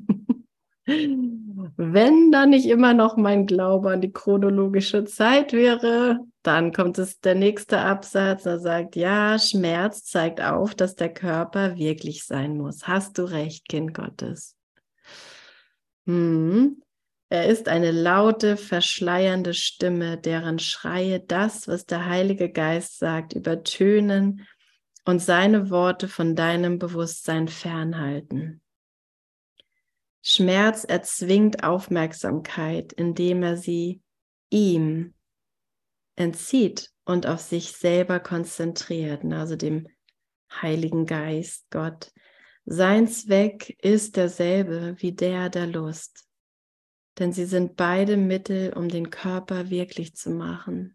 Speaker 1: Wenn da nicht immer noch mein Glaube an die chronologische Zeit wäre, dann kommt der nächste Absatz, der sagt, ja, Schmerz zeigt auf, dass der Körper wirklich sein muss. Hast du recht, Kind Gottes. Er ist eine laute, verschleiernde Stimme, deren Schreie das, was der Heilige Geist sagt, übertönen und seine Worte von deinem Bewusstsein fernhalten. Schmerz erzwingt Aufmerksamkeit, indem er sie ihm entzieht und auf sich selber konzentriert, also dem Heiligen Geist, Gott. Sein Zweck ist derselbe wie der Lust, denn sie sind beide Mittel, um den Körper wirklich zu machen.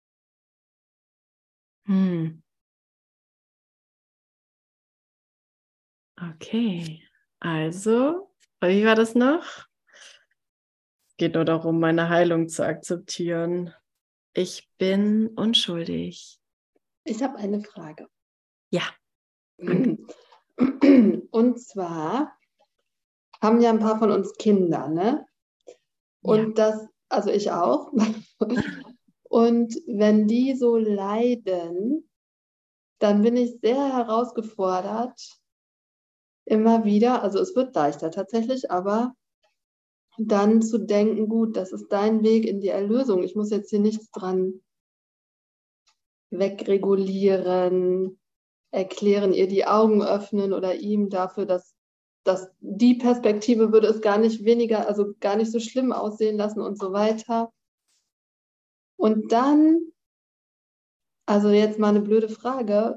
Speaker 1: Okay, also, wie war das noch? Es geht nur darum, meine Heilung zu akzeptieren. Ich bin unschuldig.
Speaker 2: Ich habe eine Frage.
Speaker 1: Ja.
Speaker 2: Und zwar haben ja ein paar von uns Kinder, ne? Und das, also ich auch. Und wenn die so leiden, dann bin ich sehr herausgefordert, immer wieder, also es wird leichter tatsächlich, aber dann zu denken, gut, das ist dein Weg in die Erlösung. Ich muss jetzt hier nichts dran wegregulieren, erklären, ihr die Augen öffnen oder ihm dafür, dass die Perspektive würde es gar nicht weniger, also gar nicht so schlimm aussehen lassen und so weiter. Und dann, also jetzt mal eine blöde Frage,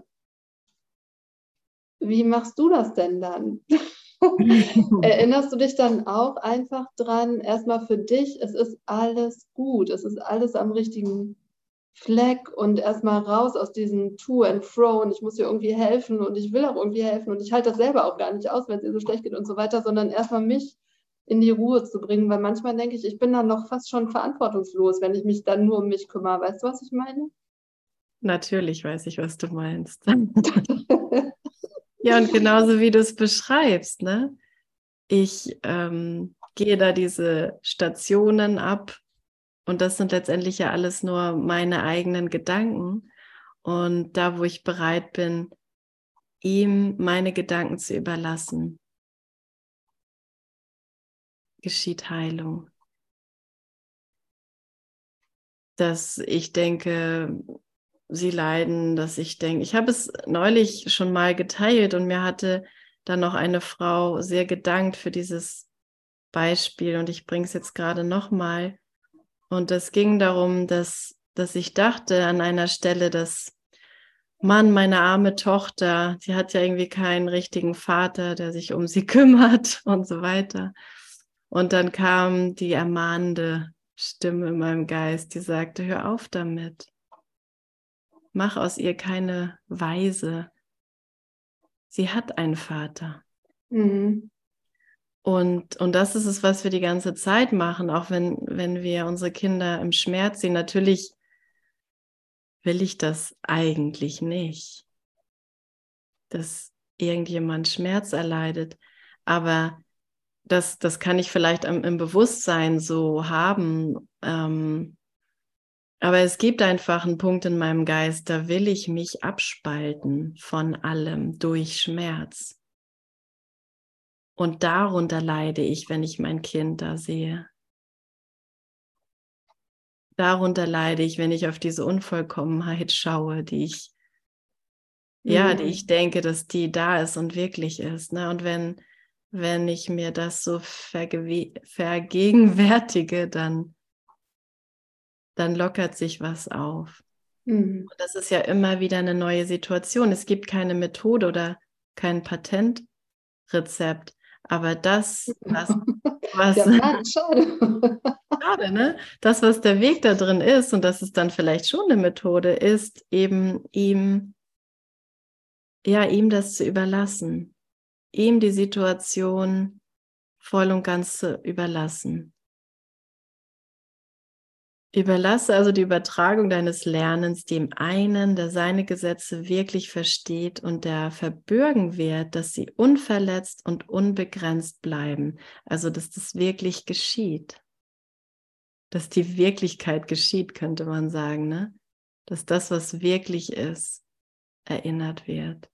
Speaker 2: wie machst du das denn dann? Erinnerst du dich dann auch einfach dran, erstmal für dich, es ist alles gut, es ist alles am richtigen Fleck und erstmal raus aus diesem To and Fro und ich muss ihr irgendwie helfen und ich will auch irgendwie helfen und ich halte das selber auch gar nicht aus, wenn es ihr so schlecht geht und so weiter, sondern erstmal mich in die Ruhe zu bringen, weil manchmal denke ich, ich bin dann noch fast schon verantwortungslos, wenn ich mich dann nur um mich kümmere. Weißt du, was ich meine?
Speaker 1: Natürlich weiß ich, was du meinst. Ja, und genauso wie du es beschreibst, ne? Ich gehe da diese Stationen ab und das sind letztendlich ja alles nur meine eigenen Gedanken. Und da, wo ich bereit bin, ihm meine Gedanken zu überlassen, geschieht Heilung. Dass ich denke, sie leiden, dass ich denke, ich habe es neulich schon mal geteilt und mir hatte dann noch eine Frau sehr gedankt für dieses Beispiel und ich bringe es jetzt gerade nochmal. Und es ging darum, dass ich dachte an einer Stelle, dass Mann, meine arme Tochter, die hat ja irgendwie keinen richtigen Vater, der sich um sie kümmert und so weiter. Und dann kam die ermahnende Stimme in meinem Geist, die sagte, hör auf damit. Mach aus ihr keine Waise. Sie hat einen Vater.
Speaker 2: Mhm.
Speaker 1: Und das ist es, was wir die ganze Zeit machen, auch wenn wir unsere Kinder im Schmerz sehen. Natürlich will ich das eigentlich nicht, dass irgendjemand Schmerz erleidet. Aber das kann ich vielleicht im Bewusstsein so haben. Aber es gibt einfach einen Punkt in meinem Geist, da will ich mich abspalten von allem durch Schmerz. Und darunter leide ich, wenn ich mein Kind da sehe. Darunter leide ich, wenn ich auf diese Unvollkommenheit schaue, die ich denke, dass die da ist und wirklich ist. Ne? Und wenn ich mir das so vergegenwärtige, dann lockert sich was auf. Und das ist ja immer wieder eine neue Situation. Es gibt keine Methode oder kein Patentrezept. Aber das, was
Speaker 2: Ja, Mann, schade.
Speaker 1: schade, ne? Das, was der Weg da drin ist, und das ist dann vielleicht schon eine Methode, ist eben ihm ja, ihm das zu überlassen, ihm die Situation voll und ganz zu überlassen. Überlasse also die Übertragung deines Lernens dem einen, der seine Gesetze wirklich versteht und der verbürgen wird, dass sie unverletzt und unbegrenzt bleiben. Also, dass das wirklich geschieht. Dass die Wirklichkeit geschieht, könnte man sagen, ne? Dass das, was wirklich ist, erinnert wird.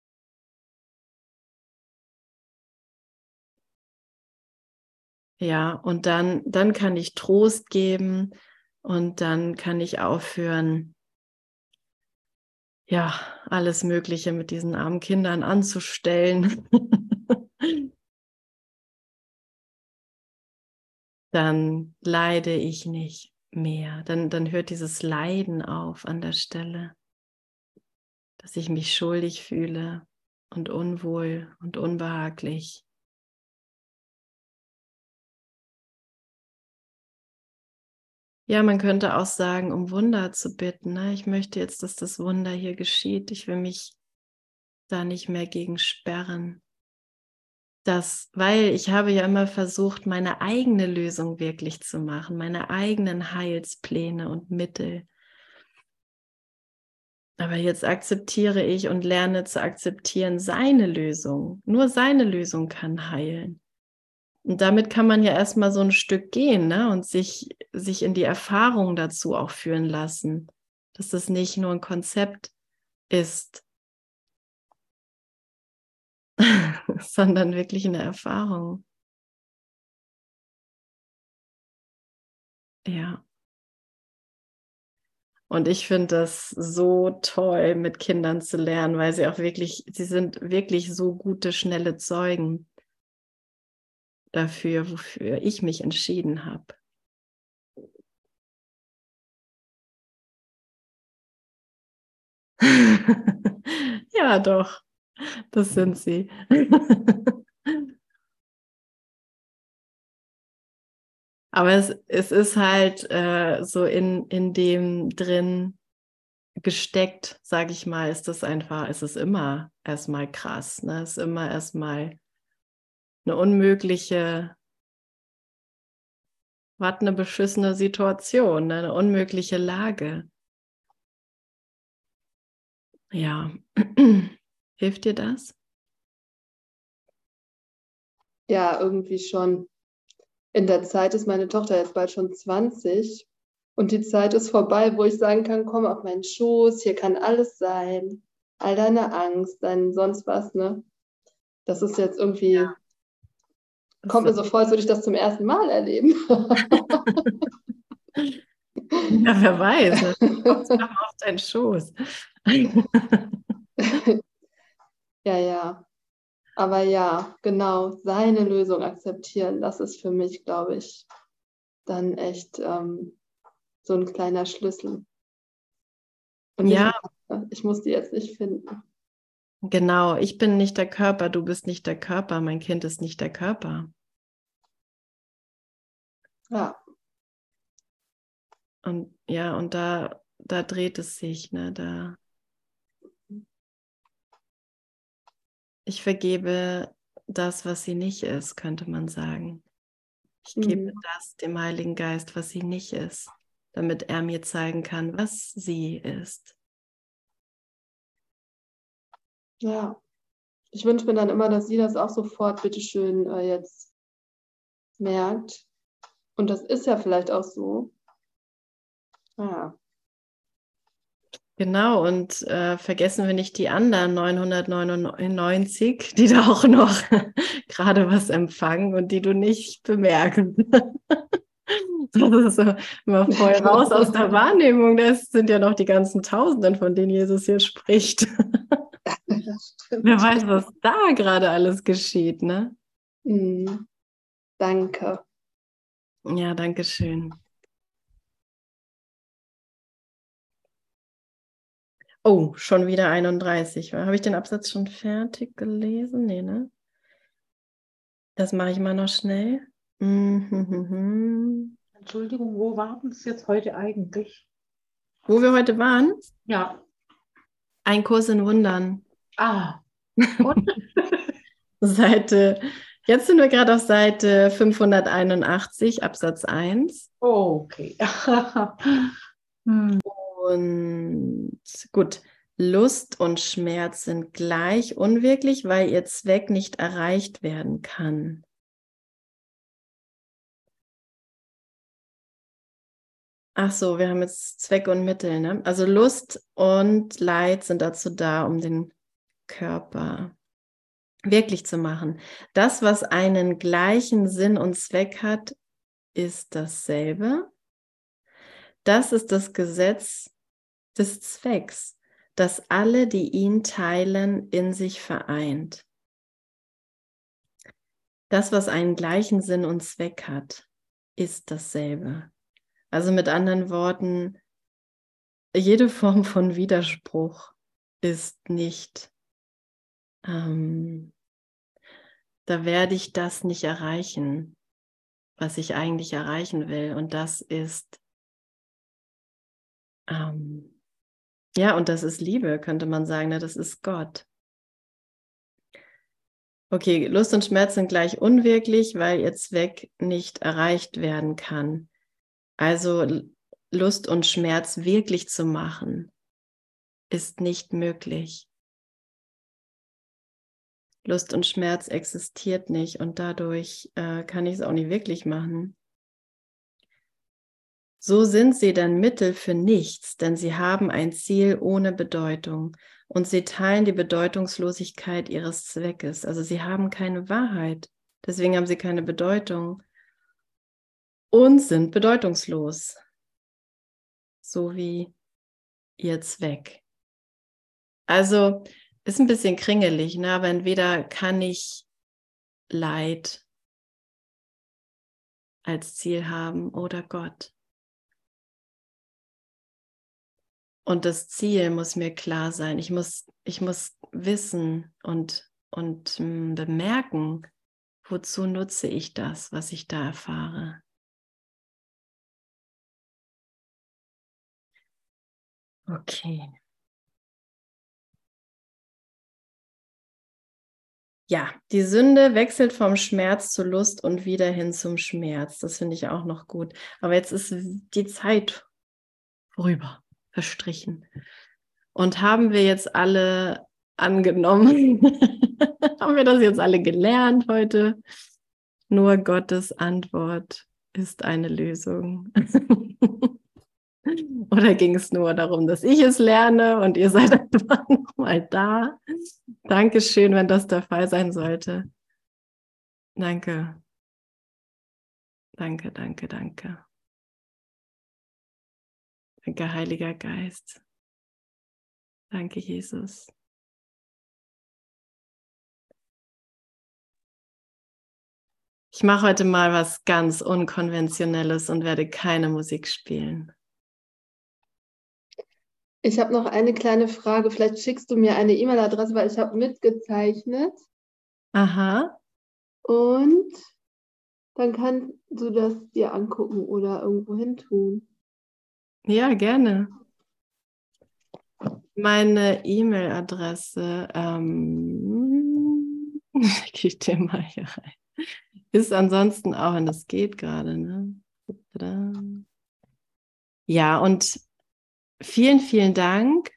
Speaker 1: Ja, und dann kann ich Trost geben und dann kann ich aufhören, ja, alles Mögliche mit diesen armen Kindern anzustellen. Dann leide ich nicht mehr. Dann hört dieses Leiden auf an der Stelle, dass ich mich schuldig fühle und unwohl und unbehaglich. Ja, man könnte auch sagen, um Wunder zu bitten. Ne? Ich möchte jetzt, dass das Wunder hier geschieht. Ich will mich da nicht mehr gegen sperren. Weil ich habe ja immer versucht, meine eigene Lösung wirklich zu machen, meine eigenen Heilspläne und Mittel. Aber jetzt akzeptiere ich und lerne zu akzeptieren seine Lösung. Nur seine Lösung kann heilen. Und damit kann man ja erstmal so ein Stück gehen, ne? Und sich in die Erfahrung dazu auch führen lassen, dass das nicht nur ein Konzept ist, sondern wirklich eine Erfahrung. Ja. Und ich finde das so toll, mit Kindern zu lernen, weil sie sind wirklich so gute, schnelle Zeugen dafür, wofür ich mich entschieden habe. Ja, doch, das sind sie. Aber es ist halt so in dem drin gesteckt, sage ich mal, es ist immer erstmal krass, ne? Es ist immer erstmal eine unmögliche, was eine beschissene Situation, ne? Eine unmögliche Lage. Ja, hilft dir das?
Speaker 2: Ja, irgendwie schon. In der Zeit ist meine Tochter jetzt bald schon 20 und die Zeit ist vorbei, wo ich sagen kann, komm auf meinen Schoß, hier kann alles sein, all deine Angst, dein sonst was, ne? Das ist jetzt irgendwie, kommt mir so vor, als würde ich das zum ersten Mal erleben.
Speaker 1: Ja, wer weiß, ne? Kommst du noch mal auf deinen Schoß.
Speaker 2: Ja, ja. Aber ja, genau, seine Lösung akzeptieren, das ist für mich, glaube ich, dann echt so ein kleiner Schlüssel. Und nicht,
Speaker 1: Ja,
Speaker 2: ich muss die jetzt nicht finden.
Speaker 1: genau. Ich bin nicht der Körper, du bist nicht der Körper, mein Kind ist nicht der Körper.
Speaker 2: Ja,
Speaker 1: Und ja, und da dreht es sich, ne? Ich vergebe das, was sie nicht ist, könnte man sagen. Ich gebe das dem Heiligen Geist, was sie nicht ist, damit er mir zeigen kann, was sie ist.
Speaker 2: Ja. Ich wünsche mir dann immer, dass sie das auch sofort, bitteschön, jetzt merkt. Und das ist ja vielleicht auch so. Ja.
Speaker 1: Genau, und vergessen wir nicht die anderen 999, die da auch noch gerade was empfangen und die du nicht bemerkst. Das ist so immer voll raus aus der Wahrnehmung. Das sind ja noch die ganzen Tausenden, von denen Jesus hier spricht. Wer weiß, was da gerade alles geschieht, ne?
Speaker 2: Danke.
Speaker 1: Ja, danke schön. Oh, schon wieder 31. Habe ich den Absatz schon fertig gelesen? Nee, ne? Das mache ich mal noch schnell. Mhm.
Speaker 3: Entschuldigung, wo waren es jetzt heute eigentlich?
Speaker 1: Wo wir heute waren?
Speaker 3: Ja.
Speaker 1: Ein Kurs in Wundern.
Speaker 3: Ah, und?
Speaker 1: Jetzt sind wir gerade auf Seite 581, Absatz 1.
Speaker 3: Okay. Hm.
Speaker 1: Und gut, Lust und Schmerz sind gleich unwirklich, weil ihr Zweck nicht erreicht werden kann. Ach so, wir haben jetzt Zweck und Mittel, ne? Also Lust und Leid sind dazu da, um den Körper wirklich zu machen. Das, was einen gleichen Sinn und Zweck hat, ist dasselbe. Das ist das Gesetz des Zwecks, das alle, die ihn teilen, in sich vereint. Das, was einen gleichen Sinn und Zweck hat, ist dasselbe. Also mit anderen Worten, jede Form von Widerspruch ist nicht, da werde ich das nicht erreichen, was ich eigentlich erreichen will. Und das ist, ja, und das ist Liebe, könnte man sagen, ne? Das ist Gott. Okay, Lust und Schmerz sind gleich unwirklich, weil ihr Zweck nicht erreicht werden kann. Also Lust und Schmerz wirklich zu machen, ist nicht möglich. Lust und Schmerz existiert nicht und dadurch kann ich es auch nicht wirklich machen. So sind sie dann Mittel für nichts, denn sie haben ein Ziel ohne Bedeutung und sie teilen die Bedeutungslosigkeit ihres Zweckes. Also sie haben keine Wahrheit, deswegen haben sie keine Bedeutung und sind bedeutungslos, so wie ihr Zweck. Also ist ein bisschen kringelig, ne? Aber entweder kann ich Leid als Ziel haben oder Gott. Und das Ziel muss mir klar sein. Ich muss wissen und bemerken, wozu nutze ich das, was ich da erfahre. Okay. Ja, die Sünde wechselt vom Schmerz zur Lust und wieder hin zum Schmerz. Das finde ich auch noch gut. Aber jetzt ist die Zeit vorüber, verstrichen. Und haben wir jetzt alle angenommen? Haben wir das jetzt alle gelernt heute? Nur Gottes Antwort ist eine Lösung. Oder ging es nur darum, dass ich es lerne und ihr seid einfach nochmal da? Dankeschön, wenn das der Fall sein sollte. Danke. Danke, danke, danke. Danke, Heiliger Geist. Danke, Jesus. Ich mache heute mal was ganz Unkonventionelles und werde keine Musik spielen.
Speaker 2: Ich habe noch eine kleine Frage. Vielleicht schickst du mir eine E-Mail-Adresse, weil ich habe mitgezeichnet.
Speaker 1: Aha.
Speaker 2: Und dann kannst du das dir angucken oder irgendwo hin tun.
Speaker 1: Ja, gerne. Meine E-Mail-Adresse, schicke ich dir mal hier rein. Ist ansonsten auch, und das geht gerade, ne? Ja, und vielen, vielen Dank.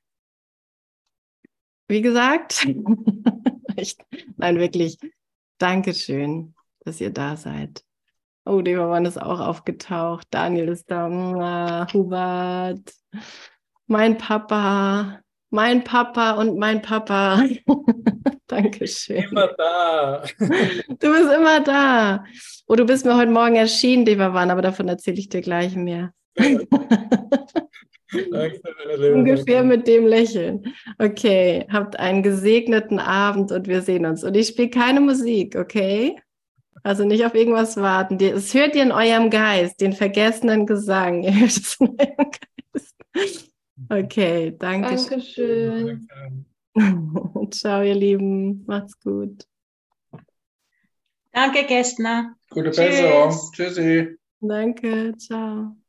Speaker 1: Wie gesagt, nein, wirklich, Dankeschön, dass ihr da seid. Oh, Devermann ist auch aufgetaucht. Daniel ist da. Hubert, mein Papa und mein Papa. Dankeschön.
Speaker 4: Immer da.
Speaker 1: Du bist immer da. Oh, du bist mir heute Morgen erschienen, Devermann, aber davon erzähle ich dir gleich mehr.
Speaker 4: Danke, meine Liebe.
Speaker 1: Ungefähr
Speaker 4: Danke.
Speaker 1: mit dem Lächeln. Okay, habt einen gesegneten Abend und wir sehen uns. Und ich spiele keine Musik, okay? Also nicht auf irgendwas warten. Es hört ihr in eurem Geist, den vergessenen Gesang. Ihr hört es in eurem Geist. Okay, danke.
Speaker 2: Dankeschön.
Speaker 1: Ciao, ihr Lieben. Macht's gut.
Speaker 3: Danke, Gästner.
Speaker 4: Gute
Speaker 3: Tschüss.
Speaker 4: Besserung. Tschüssi.
Speaker 1: Danke, ciao.